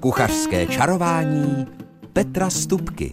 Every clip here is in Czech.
Kuchařské čarování Petra Stupky.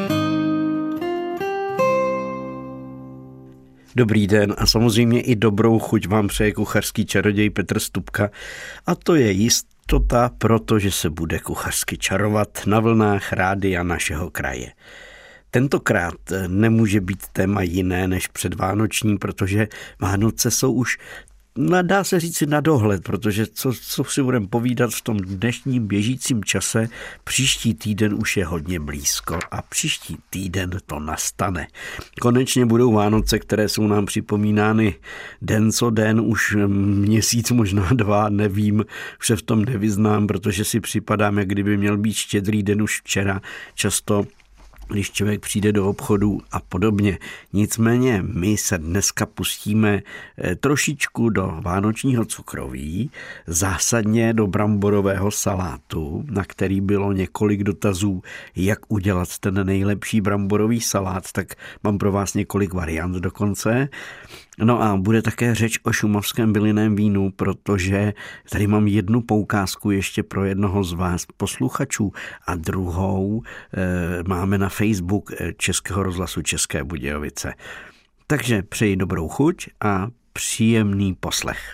Dobrý den a samozřejmě i dobrou chuť vám přeje kuchařský čaroděj Petr Stupka. A to je jistota, protože se bude kuchařsky čarovat na vlnách rádia našeho kraje. Tentokrát nemůže být téma jiné než předvánoční, protože Vánoce jsou už, dá se říci, na dohled, protože co si budeme povídat v tom dnešním běžícím čase, příští týden už je hodně blízko a příští týden to nastane. Konečně budou Vánoce, které jsou nám připomínány den co den, už měsíc, možná 2, nevím, už se v tom nevyznám, protože si připadám, jak kdyby měl být Štědrý den už včera, často když člověk přijde do obchodu a podobně. Nicméně my se dneska pustíme trošičku do vánočního cukroví, zásadně do bramborového salátu, na který bylo několik dotazů, jak udělat ten nejlepší bramborový salát, tak mám pro vás několik variant dokonce. No a bude také řeč o šumavském bylinném vínu, protože tady mám jednu poukázku ještě pro jednoho z vás posluchačů a druhou máme na Facebook Českého rozhlasu České Budějovice. Takže přeji dobrou chuť a příjemný poslech.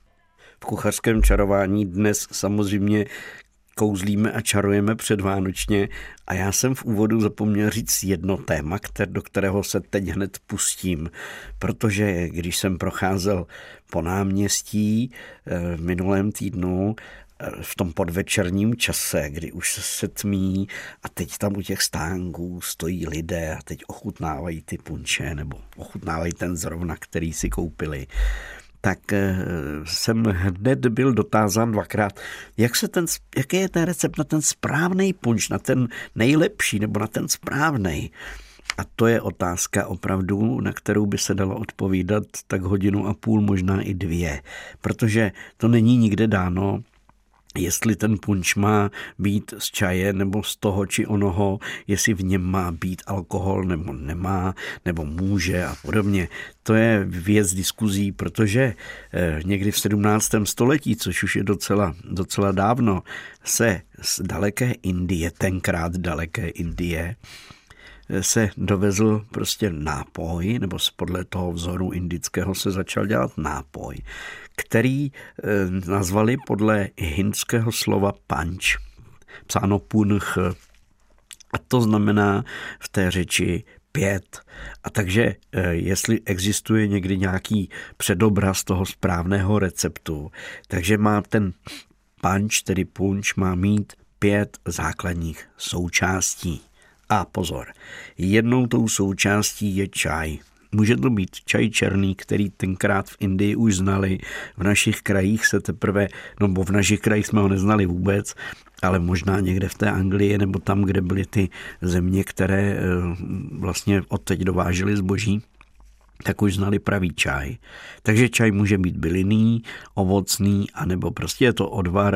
V kuchařském čarování dnes samozřejmě kouzlíme a čarujeme předvánočně a já jsem v úvodu zapomněl říct jedno téma, do kterého se teď hned pustím, protože když jsem procházel po náměstí v minulém týdnu v tom podvečerním čase, kdy už se tmí a teď tam u těch stánků stojí lidé a teď ochutnávají ty punče nebo ochutnávají ten zrovna, který si koupili, tak jsem hned byl dotázán 2krát, jaký je ten recept na ten správný punč, na ten nejlepší nebo na ten správnej. A to je otázka opravdu, na kterou by se dalo odpovídat tak 1,5 hodiny, možná i 2, protože to není nikde dáno, jestli ten punč má být z čaje nebo z toho či onoho, jestli v něm má být alkohol nebo nemá, nebo může a podobně. To je věc diskuzí, protože někdy v 17. století, což už je docela dávno, se z daleké Indie, tenkrát daleké Indie, se dovezl prostě nápoj, nebo podle toho vzoru indického se začal dělat nápoj, který nazvali podle hindského slova punch, psáno punch, a to znamená v té řeči 5. A takže jestli existuje někdy nějaký předobraz toho správného receptu, takže má ten punch, tedy punch, má mít 5 základních součástí. A pozor, jednou tou součástí je čaj. Může to být čaj černý, který tenkrát v Indii už znali. V našich krajích se teprve, v našich krajích jsme ho neznali vůbec, ale možná někde v té Anglii nebo tam, kde byly ty země, které vlastně odteď dovážely zboží, tak už znali pravý čaj. Takže čaj může být bylinný, ovocný, anebo prostě je to odvar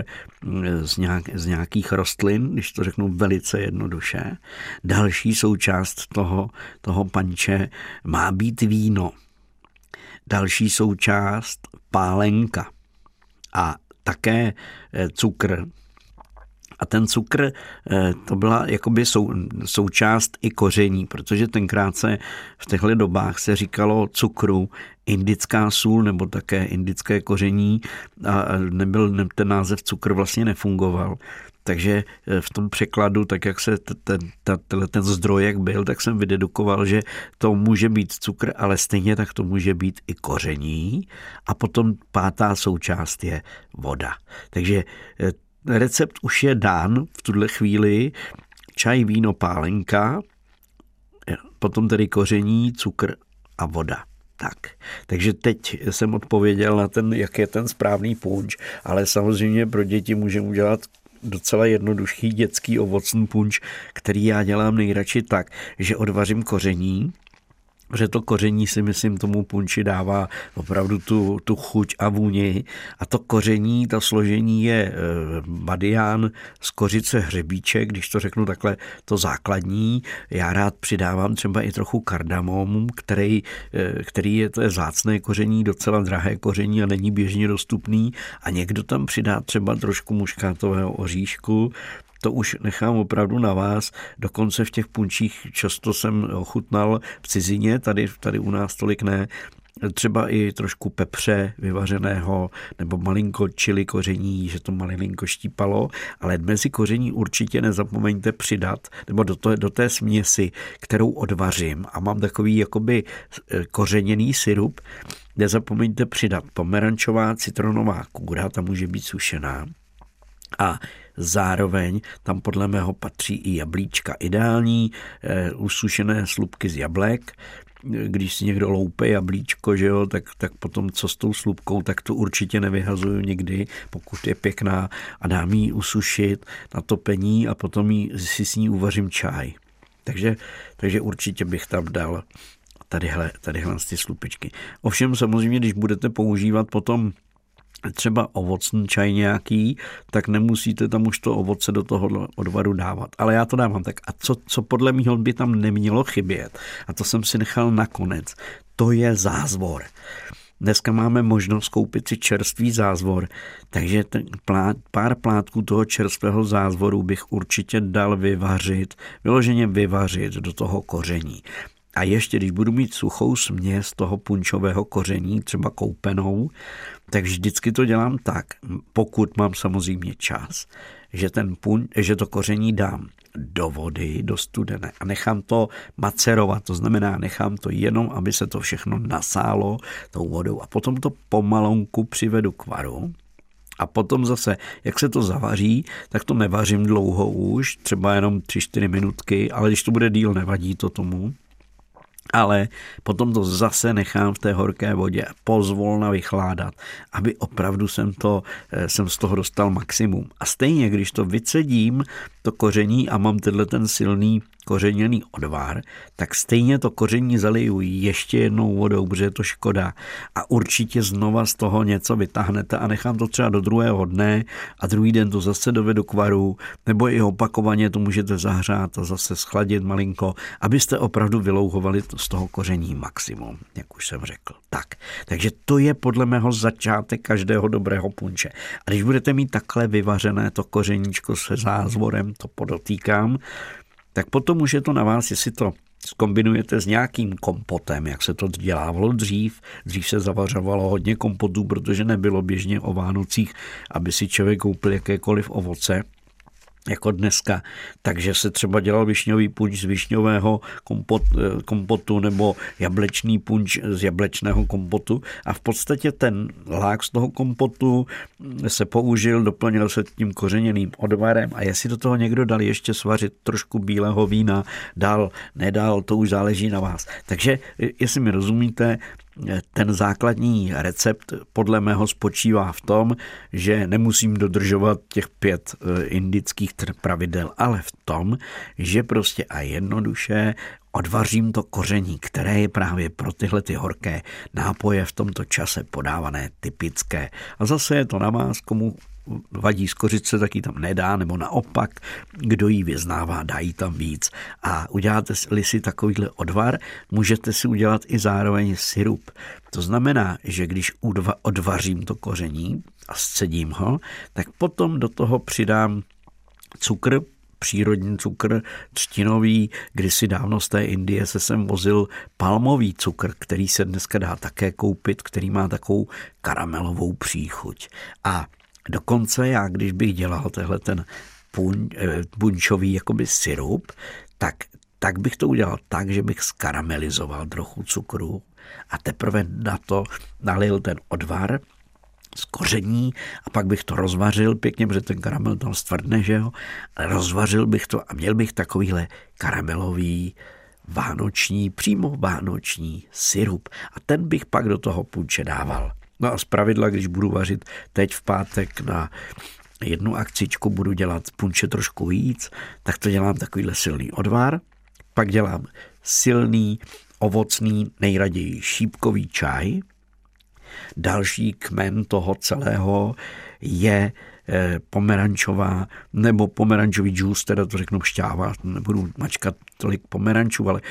z nějakých rostlin, když to řeknu velice jednoduše. Další součást toho panče má být víno. Další součást pálenka a také cukr. A ten cukr, to byla jakoby součást i koření, protože tenkrát se v těchto dobách se říkalo cukru indická sůl nebo také indické koření a ten název cukr vlastně nefungoval. Takže v tom překladu, tak jak se ten zdroj jak byl, tak jsem vydedukoval, že to může být cukr, ale stejně tak to může být i koření. A potom 5. součást je voda. Takže recept už je dán v tuhle chvíli, čaj, víno, pálenka, potom tedy koření, cukr a voda. Takže teď jsem odpověděl na jak je ten správný punč, ale samozřejmě pro děti můžeme udělat docela jednoduchý dětský ovocný punč, který já dělám nejradši tak, že odvařím koření, protože to koření si myslím tomu punči dává opravdu tu chuť a vůni. A to koření, to složení je badián, skořice, hřebíček, když to řeknu takhle, to základní. Já rád přidávám třeba i trochu kardamomu, který to je vzácné koření, docela drahé koření a není běžně dostupný. A někdo tam přidá třeba trošku muškátového oříšku, to už nechám opravdu na vás. Dokonce v těch punčích často jsem ochutnal v cizině, tady u nás tolik ne, třeba i trošku pepře vyvařeného nebo malinko chili koření, že to malinko štípalo, ale mezi koření určitě nezapomeňte přidat, nebo do té směsi, kterou odvařím a mám takový jakoby kořeněný syrup, nezapomeňte přidat pomerančová citronová kůra, ta může být sušená. A zároveň tam podle mého patří i jablíčka. Ideální usušené slupky z jablek. Když si někdo loupe jablíčko, že jo, tak potom co s tou slupkou, tak to určitě nevyhazuju nikdy, pokud je pěkná a dám ji usušit na topení a potom si s ní uvařím čaj. Takže určitě bych tam dal tadyhle ty slupičky. Ovšem samozřejmě, když budete používat potom třeba ovocný čaj nějaký, tak nemusíte tam už to ovoce do toho odvaru dávat. Ale já to dávám tak. A co podle mýho by tam nemělo chybět, a to jsem si nechal nakonec, to je zázvor. Dneska máme možnost koupit si čerstvý zázvor, takže pár plátků toho čerstvého zázvoru bych určitě dal vyloženě vyvařit do toho koření. A ještě, když budu mít suchou směs toho punčového koření, třeba koupenou, tak vždycky to dělám tak, pokud mám samozřejmě čas, že to koření dám do vody, do studené a nechám to macerovat, to znamená, nechám to jenom, aby se to všechno nasálo tou vodou a potom to pomalonku přivedu k varu. A potom zase, jak se to zavaří, tak to nevařím dlouho už, třeba jenom 3-4 minutky, ale když to bude díl, nevadí to tomu. Ale potom to zase nechám v té horké vodě pozvolna vychládat, aby opravdu jsem z toho dostal maximum. A stejně, když to vycedím, to koření a mám ten silný kořeněný odvar, tak stejně to koření zaliju ještě jednou vodou, protože je to škoda. A určitě znova z toho něco vytáhnete a nechám to třeba do druhého dne a druhý den to zase dovedu k varu, nebo i opakovaně to můžete zahřát a zase schladit malinko, abyste opravdu vylouhovali z toho koření maximum, jak už jsem řekl. Takže to je podle mého začátek každého dobrého punče. A když budete mít takhle vyvařené to kořeníčko se zázvorem, to podotýkám, tak potom už je to na vás, jestli to zkombinujete s nějakým kompotem, jak se to dělávalo dřív. Dřív se zavařovalo hodně kompotů, protože nebylo běžně o Vánocích, aby si člověk koupil jakékoliv ovoce, jako dneska. Takže se třeba dělal višňový punč z višňového kompotu nebo jablečný punč z jablečného kompotu a v podstatě ten lák z toho kompotu se použil, doplnil se tím kořeněným odvarem a jestli do toho někdo dal ještě svařit trošku bílého vína, nedal, to už záleží na vás. Takže jestli mi rozumíte, ten základní recept podle mého spočívá v tom, že nemusím dodržovat těch 5 indických pravidel, ale v tom, že prostě a jednoduše odvařím to koření, které je právě pro tyhle ty horké nápoje v tomto čase podávané typické. A zase je to na vás, komu vadí skořice, tak ji tam nedá, nebo naopak, kdo ji vyznává, dá jí tam víc. A uděláte-li si takovýhle odvar, můžete si udělat i zároveň syrup. To znamená, že když odvařím to koření a scedím ho, tak potom do toho přidám cukr, přírodní cukr, třtinový, kdysi dávno z té Indie se sem vozil palmový cukr, který se dneska dá také koupit, který má takovou karamelovou příchuť. A dokonce já, když bych dělal ten punčový jakoby syrup, tak bych to udělal tak, že bych skaramelizoval trochu cukru a teprve na to nalil ten odvar z koření a pak bych to rozvařil pěkně, protože ten karamel tam stvrdne, že jo? Rozvařil bych to a měl bych takovýhle karamelový přímo vánoční syrup a ten bych pak do toho punče dával. No a zpravidla, když budu vařit teď v pátek na jednu akcičku, budu dělat punče trošku víc, tak to dělám takovýhle silný odvar, pak dělám silný, ovocný, nejraději šípkový čaj. Další kmen toho celého je pomerančová nebo pomerančový džus, teda to řeknu šťáva, nebudu mačkat tolik pomerančů, ale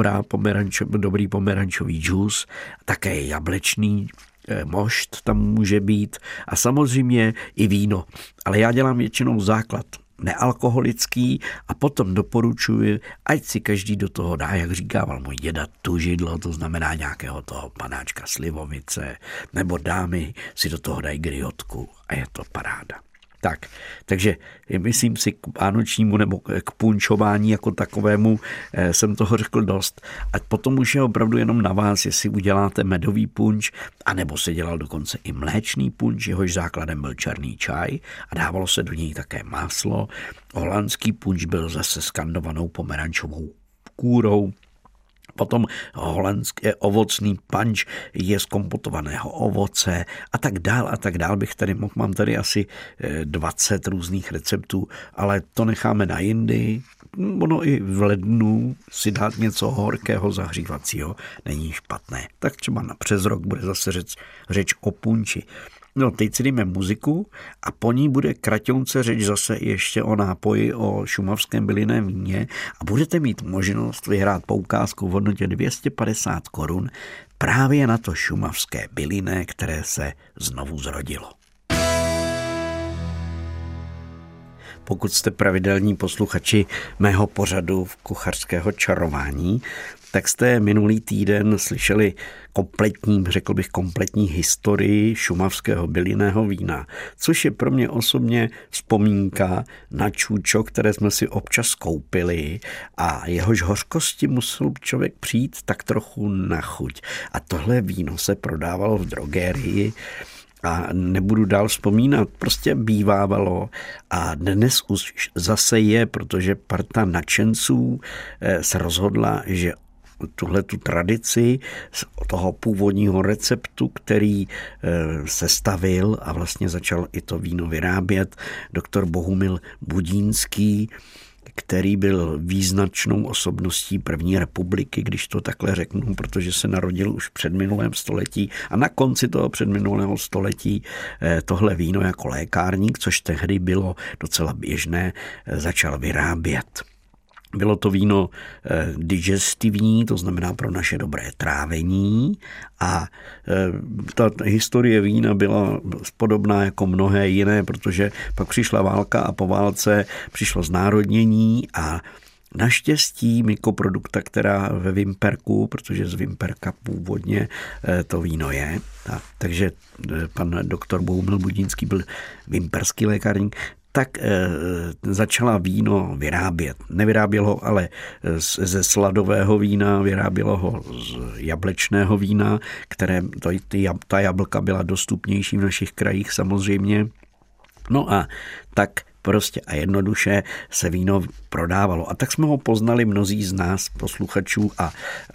dobrý pomerančový džus, také jablečný mošt tam může být a samozřejmě i víno. Ale já dělám většinou základ nealkoholický a potom doporučuji, ať si každý do toho dá, jak říkával můj děda, tužidlo, to znamená nějakého toho panáčka slivovice, nebo dámy si do toho dají griotku a je to paráda. Takže myslím si k vánočnímu nebo k punčování jako takovému jsem toho řekl dost. A potom už je opravdu jenom na vás, jestli uděláte medový punč, anebo se dělal dokonce i mléčný punč, jehož základem byl černý čaj a dávalo se do něj také máslo. Holandský punč byl zase s kandovanou pomerančovou kůrou. Potom holandský ovocný punch je z kompotovaného ovoce a tak dál bych tady mohl. Mám tady asi 20 různých receptů, ale to necháme na jindy. Ono i v lednu si dát něco horkého zahřívacího není špatné. Tak třeba na přes rok bude zase řeč o punči. No, teď si dejme muziku a po ní bude kraťonce řeč zase ještě o nápoji, o šumavském bylinném víně a budete mít možnost vyhrát poukázku v hodnotě 250 korun právě na to šumavské bylinné, které se znovu zrodilo. Pokud jste pravidelní posluchači mého pořadu v kuchařského čarování, tak jste minulý týden slyšeli kompletní historii šumavského bylinného vína, což je pro mě osobně vzpomínka na čůčo, které jsme si občas koupili a jehož hořkosti musel člověk přijít tak trochu na chuť. A tohle víno se prodávalo v drogérii a nebudu dál vzpomínat, prostě bývávalo a dnes už zase je, protože parta nadšenců se rozhodla, že tuhletu tradici toho původního receptu, který se stavil a vlastně začal i to víno vyrábět doktor Bohumil Budínský, který byl význačnou osobností první republiky, když to takhle řeknu, protože se narodil už v předminulém století a na konci toho předminulého století tohle víno jako lékárník, což tehdy bylo docela běžné, začal vyrábět. Bylo to víno digestivní, to znamená pro naše dobré trávení a ta historie vína byla podobná jako mnohé jiné, protože pak přišla válka a po válce přišlo znárodnění a naštěstí mykoprodukta, která ve Vimperku, protože z Vimperka původně to víno je, takže pan doktor Bohumil Budínský byl vimperský lékárník, tak začala víno vyrábět. Nevyráběl ho ale ze sladového vína, vyrábělo ho z jablečného vína, které ta jablka byla dostupnější v našich krajích samozřejmě. No a tak prostě a jednoduše se víno prodávalo. A tak jsme ho poznali mnozí z nás, posluchačů a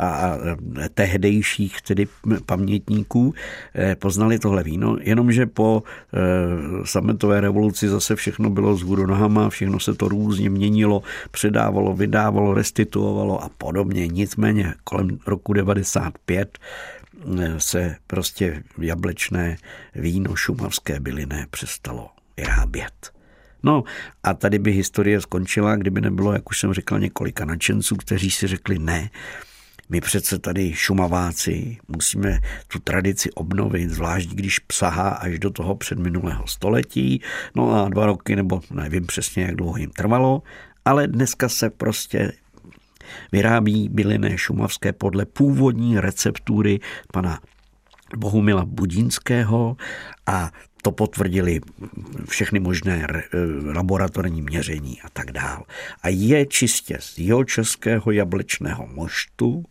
tehdejších tedy pamětníků, poznali tohle víno, jenomže po sametové revoluci zase všechno bylo vzhůru nohama, všechno se to různě měnilo, předávalo, vydávalo, restituovalo a podobně. Nicméně kolem roku 95 se prostě jablečné víno šumavské bylinné přestalo vyrábět. No a tady by historie skončila, kdyby nebylo, jak už jsem říkal, několika nadšenců, kteří si řekli ne, my přece tady Šumaváci musíme tu tradici obnovit, zvlášť když sahá až do toho předminulého století. No a 2 roky, nebo nevím přesně, jak dlouho jim trvalo, ale dneska se prostě vyrábí bylinné šumavské podle původní receptury pana Bohumila Budínského a to potvrdili všechny možné laboratorní měření a tak dál. A je čistě z jihočeského jablečného moštu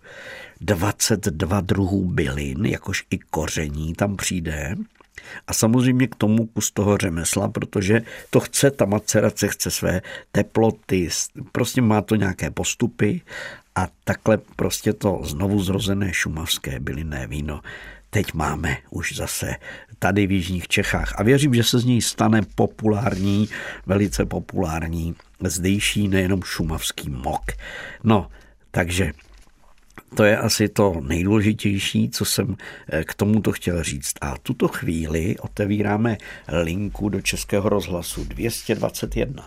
22 druhů bylin, jakož i koření tam přijde. A samozřejmě k tomu kus toho řemesla, protože to chce, ta macerace chce své teploty, prostě má to nějaké postupy a takhle prostě to znovu zrozené šumavské bylinné víno teď máme už zase tady v jižních Čechách. A věřím, že se z něj stane populární, velice populární, zdejší nejenom šumavský mok. No, takže to je asi to nejdůležitější, co jsem k tomuto chtěl říct. A tuto chvíli otevíráme linku do Českého rozhlasu 221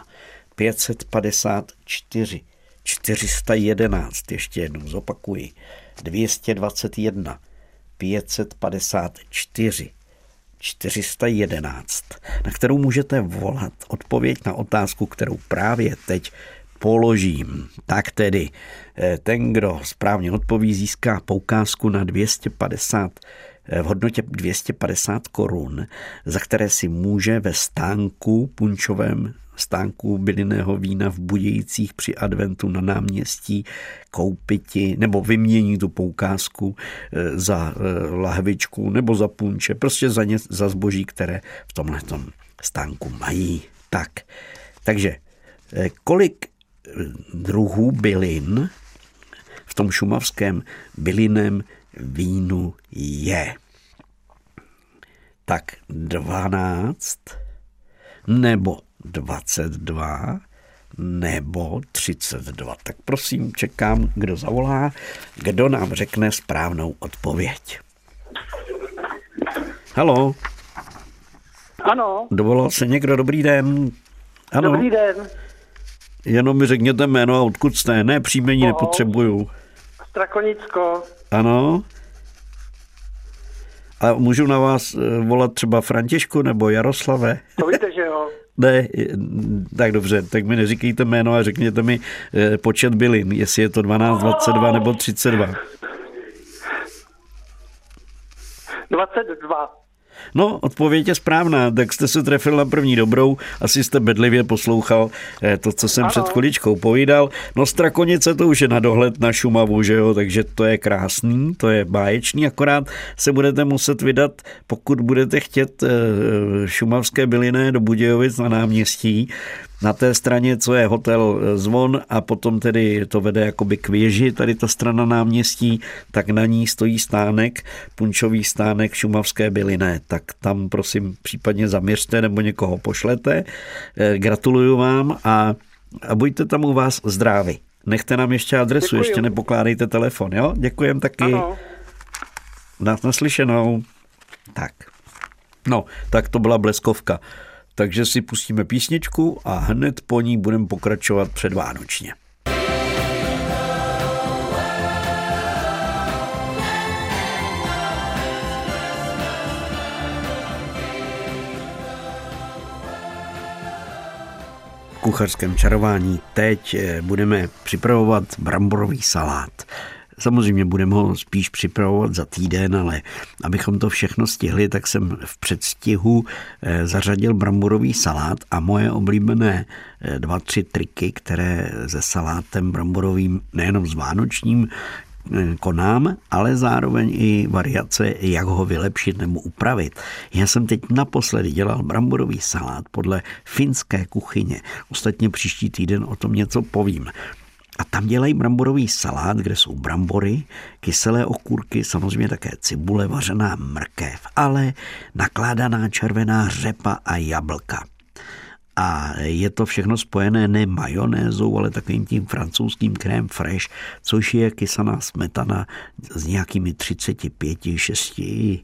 554 411, ještě jednou zopakuji, 221 554 411, na kterou můžete volat. Odpověď na otázku, kterou právě teď položím. Tak tedy, ten, kdo správně odpoví, získá poukázku na 250 v hodnotě 250 korun, za které si může ve stánku, punčovém stánku bylinného vína v Budějcích při adventu na náměstí koupiti nebo vymění tu poukázku za lahvičku nebo za punče, prostě za zboží, které v tomhletom stánku mají. Takže kolik druhů bylin v tom šumavském bylinném vínu je? Tak 12 nebo 22 nebo 32. Tak prosím, čekám, kdo zavolá, kdo nám řekne správnou odpověď. Haló? Ano. Dovolal se někdo? Dobrý den. Ano. Dobrý den. Jenom mi řekněte jméno a odkud jste. Ne, příjmení nepotřebuju. Strakonicko. Ano. A můžu na vás volat třeba Františku nebo Jaroslave? To víte, že jo? Ne, tak dobře, tak mi neříkejte jméno a řekněte mi počet bylin, jestli je to 12, 22 nebo 32. 22. No, odpověď je správná, tak jste se trefil na první dobrou, asi jste bedlivě poslouchal to, co jsem před chviličkou povídal. No, Strakonice to už je na dohled na Šumavu, že jo, takže to je krásný, to je báječný, akorát se budete muset vydat, pokud budete chtět šumavské bylinné do Budějovic na náměstí, na té straně, co je hotel Zvon a potom tedy to vede jakoby k věži, tady ta strana náměstí, tak na ní stojí stánek, punčový stánek šumavské bylinné. Tak tam prosím případně zaměřte nebo někoho pošlete. Gratuluju vám a buďte tam u vás zdraví. Nechte nám ještě adresu, děkuju. Ještě nepokládejte telefon, jo? Děkujem taky. Ano. Naslyšenou. Tak. No, tak to byla bleskovka. Takže si pustíme písničku a hned po ní budeme pokračovat předvánočně. V kuchařském čarování teď budeme připravovat bramborový salát. Samozřejmě budeme ho spíš připravovat za týden, ale abychom to všechno stihli, tak jsem v předstihu zařadil bramborový salát a moje oblíbené 2-3 triky, které se salátem bramborovým, nejenom s vánočním, konám, ale zároveň i variace, jak ho vylepšit nebo upravit. Já jsem teď naposledy dělal bramborový salát podle finské kuchyně. Ostatně příští týden o tom něco povím. A tam dělají bramborový salát, kde jsou brambory, kyselé okurky, samozřejmě také cibule, vařená mrkev, ale nakládaná červená řepa a jablka. A je to všechno spojené ne majonézou, ale takovým tím francouzským crème fraîche, což je kysaná smetana s nějakými 35, 6 i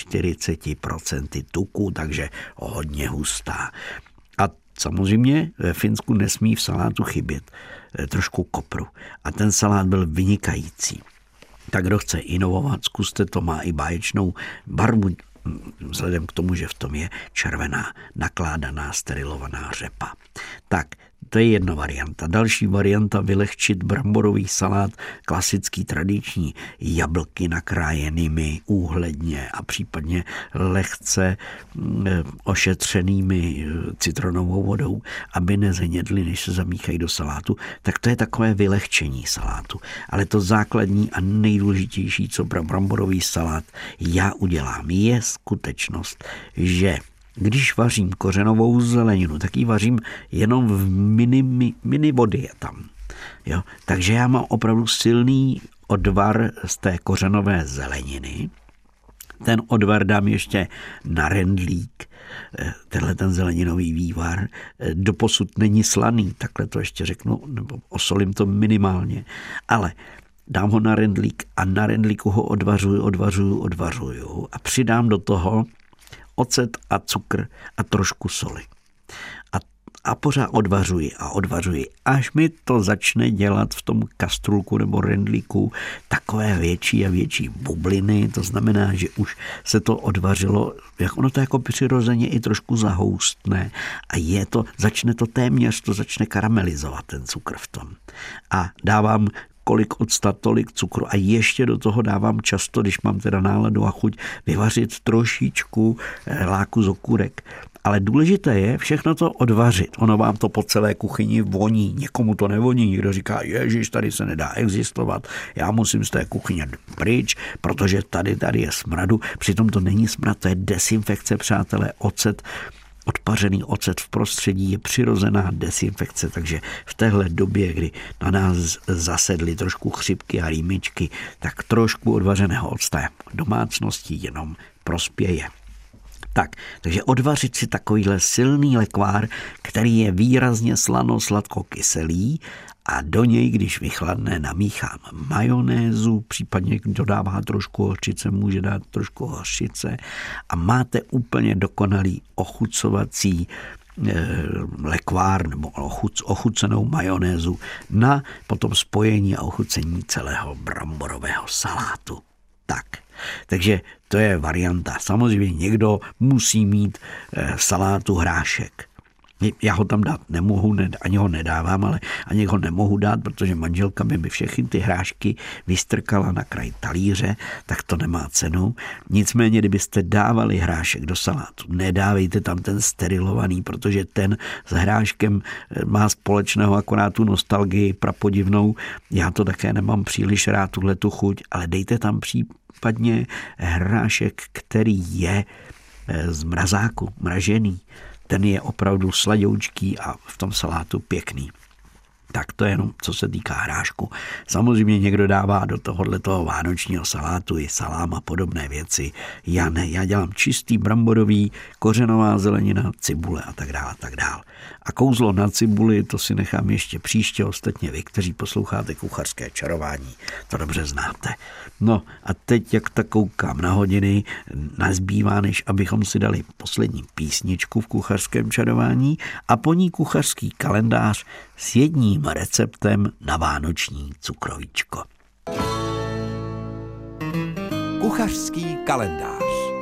40% tuku, takže hodně hustá. A samozřejmě ve Finsku nesmí v salátu chybět trošku kopru. A ten salát byl vynikající. Tak kdo chce inovovat, zkuste, to má i báječnou barvu, vzhledem k tomu, že v tom je červená, nakládaná, sterilovaná řepa. Tak, to je jedna varianta. Další varianta, vylehčit bramborový salát, klasický, tradiční, jablky nakrájenými úhledně a případně lehce ošetřenými citronovou vodou, aby nezhnědly, než se zamíchají do salátu. Tak to je takové vylehčení salátu. Ale to základní a nejdůležitější, co pro bramborový salát já udělám, je skutečnost, že když vařím kořenovou zeleninu, tak ji vařím jenom v mini vody je tam. Jo? Takže já mám opravdu silný odvar z té kořenové zeleniny. Ten odvar dám ještě na rendlík, tenhle ten zeleninový vývar. Doposud není slaný, takhle to ještě řeknu, nebo osolím to minimálně. Ale dám ho na rendlík a na rendlíku ho odvařuju a přidám do toho ocet a cukr a trošku soli. A pořád odvařuji, až mi to začne dělat v tom kastrulku nebo rendlíku takové větší a větší bubliny, to znamená, že už se to odvařilo, jak ono to jako přirozeně i trošku zahoustne a začne karamelizovat ten cukr v tom. A dávám kolik octa, tolik cukru a ještě do toho dávám často, když mám teda náladu a chuť, vyvařit trošičku láku z okurek. Ale důležité je všechno to odvařit. Ono vám to po celé kuchyni voní. Někomu to nevoní. Někdo říká, ježiš, tady se nedá existovat. Já musím z té kuchyně pryč, protože tady je smradu. Přitom to není smrad, to je dezinfekce, přátelé. Odpařený ocet v prostředí je přirozená dezinfekce, takže v téhle době, kdy na nás zasedly trošku chřipky a rýmičky, tak trošku odvařeného octa domácnosti jenom prospěje. Takže odvařit si takovýhle silný lekvár, který je výrazně slano-sladko-kyselý a do něj, když vychladne, namíchám majonézu, případně kdo dává trošku hořčice, může dát trošku hořčice a máte úplně dokonalý ochucovací lekvár nebo ochucenou majonézu na potom spojení a ochucení celého bramborového salátu. Takže to je varianta. Samozřejmě někdo musí mít v salátu hrášek. Já ho tam dát nemohu, ani ho nedávám, ale ani ho nemohu dát, protože manželka by mi všechny ty hrášky vystrkala na kraj talíře, tak to nemá cenu. Nicméně, kdybyste dávali hrášek do salátu, nedávejte tam ten sterilovaný, protože ten s hráškem má společného akorát tu nostalgii prapodivnou. Já to také nemám příliš rád, tuhletu chuť, ale dejte tam případně hrášek, který je z mrazáku, mražený. Ten je opravdu sladoučký a v tom salátu pěkný. Tak to je jenom, co se týká hrášku. Samozřejmě někdo dává do tohoto vánočního salátu i salám a podobné věci. Já ne, já dělám čistý bramborový, kořenová zelenina, cibule a tak dále. A kouzlo na cibuli, to si nechám ještě příště, ostatně vy, kteří posloucháte Kuchařské čarování, to dobře znáte. No a teď, jak tak koukám na hodiny, nezbývá, než abychom si dali poslední písničku v Kuchařském čarování a po ní kuchařský kalendář s jedním receptem na vánoční cukrovíčko. Kuchařský kalendář.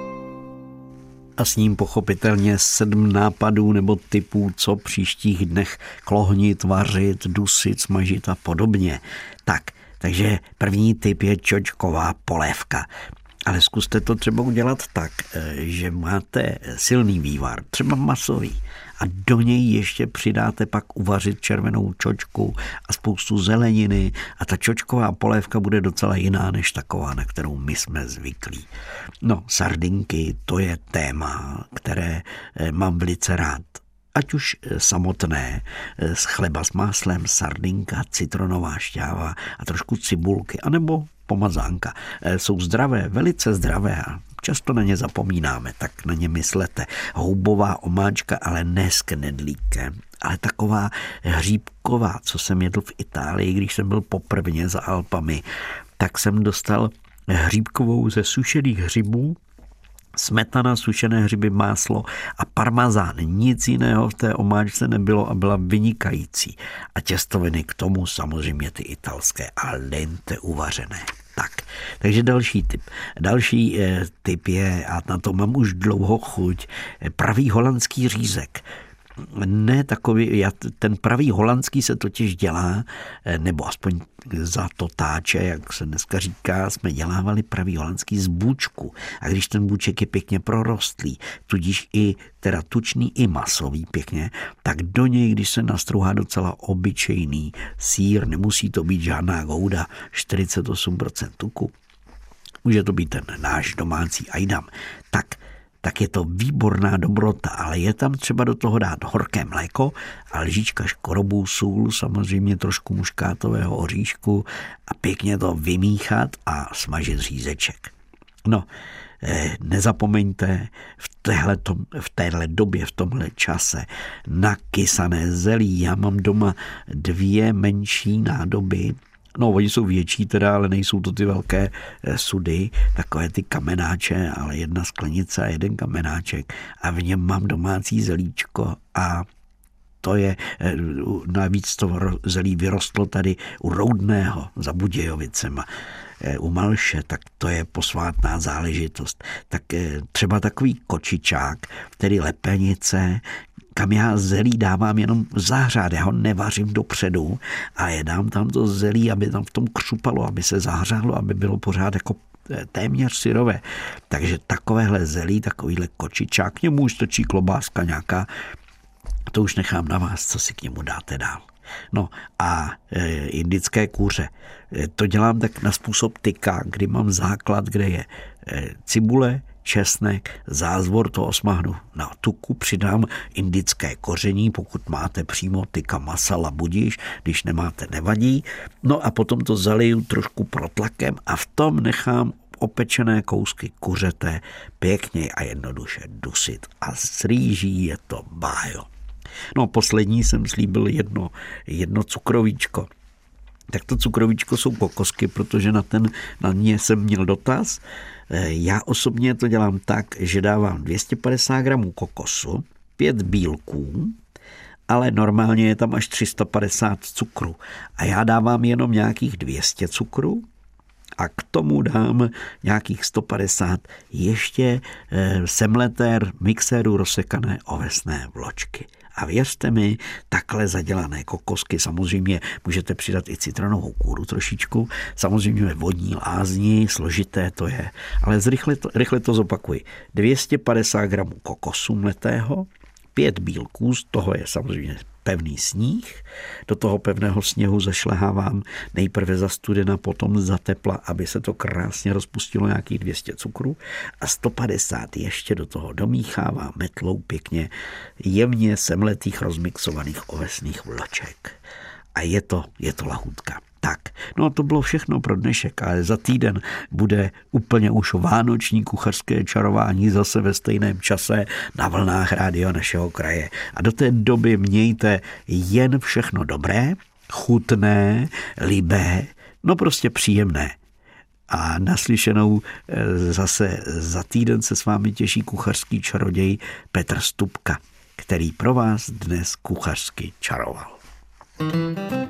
A s ním pochopitelně 7 nápadů nebo typů, co v příštích dnech klohnit, vařit, dusit, smažit a podobně. Takže první typ je čočková polévka. Ale zkuste to třeba udělat tak, že máte silný vývar, třeba masový, a do něj ještě přidáte pak uvařit červenou čočku a spoustu zeleniny a ta čočková polévka bude docela jiná než taková, na kterou my jsme zvyklí. No, sardinky, to je téma, které mám velice rád. Ať už samotné, z chleba s máslem, sardinka, citronová šťáva a trošku cibulky, anebo pomazánka. Jsou zdravé, velice zdravé a často na ně zapomínáme, tak na ně myslete. Houbová omáčka, ale ne s knedlíkem, ale taková hříbková, co jsem jedl v Itálii, když jsem byl poprvně za Alpami, tak jsem dostal hříbkovou ze sušených hřibů, smetana, sušené hřiby, máslo a parmazán. Nic jiného v té omáčce nebylo a byla vynikající. A těstoviny k tomu samozřejmě ty italské al dente uvařené. Takže další typ. Další typ je, a na to mám už dlouho chuť, pravý holandský řízek. Ne takový, ten pravý holandský se totiž dělá, nebo aspoň za to táče, jak se dneska říká, jsme dělávali pravý holandský z bůčku. A když ten bůček je pěkně prorostlý, tudíž i teda tučný, i masový pěkně, tak do něj, když se nastrouhá docela obyčejný sýr, nemusí to být žádná gouda, 48% tuku, může to být ten náš domácí ajdam, tak je to výborná dobrota, ale je tam třeba do toho dát horké mléko a lžička škorobů, sůl, samozřejmě trošku muškátového oříšku a pěkně to vymíchat a smažit řízeček. No, nezapomeňte v téhle době, v tomhle čase na kysané zelí. Já mám doma 2 menší nádoby. No, oni jsou větší teda, ale nejsou to ty velké sudy, takové ty kamenáče, ale 1 sklenice a 1 kamenáček a v něm mám domácí zelíčko a to je, navíc to zelí vyrostlo tady u Roudného za Budějovicema, u Malše, tak to je posvátná záležitost. Tak třeba takový kočičák, tedy lepenice, kam já zelí dávám jenom zahřát, já ho nevařím dopředu, ale je dám tam to zelí, aby tam v tom křupalo, aby se zahřálo, aby bylo pořád jako téměř syrové. Takže takovéhle zelí, takovýhle kočičák, k němu už stačí klobáska nějaká, to už nechám na vás, co si k němu dáte dál. No a indické kuře. To dělám tak na způsob tyka, kdy mám základ, kde je cibule, česnek, zázvor, to osmahnu na tuku, přidám indické koření, pokud máte přímo tyka masala, budíš, když nemáte, nevadí. No a potom to zaliju trošku protlakem a v tom nechám opečené kousky kuřete pěkně a jednoduše dusit. A s rýží je to bájo. No poslední jsem slíbil jedno cukrovíčko. Tak to cukrovíčko jsou kokosky, protože na ně jsem měl dotaz. Já osobně to dělám tak, že dávám 250 gramů kokosu, 5 bílků, ale normálně je tam až 350 cukru. A já dávám jenom nějakých 200 cukru a k tomu dám nějakých 150 ještě semleté mixéru rozsekané ovesné vločky. A věřte mi, takhle zadělané kokosky, samozřejmě můžete přidat i citronovou kůru trošičku, samozřejmě ve vodní lázni, složité to je, ale rychle to zopakuji. 250 gramů kokosu mletého, 5 bílků, z toho je samozřejmě pevný sníh. Do toho pevného sněhu zašlehávám nejprve za studena, potom za tepla, aby se to krásně rozpustilo, nějakých 200 cukru a 150 ještě do toho domíchávám metlou pěkně jemně semletých rozmixovaných ovesných vloček. A je to lahůdka. Tak, no to bylo všechno pro dnešek, ale za týden bude úplně už vánoční kuchařské čarování zase ve stejném čase na vlnách Rádia Našeho kraje. A do té doby mějte jen všechno dobré, chutné, libé, no prostě příjemné. A naslyšenou zase za týden se s vámi těší kuchařský čaroděj Petr Stupka, který pro vás dnes kuchařsky čaroval.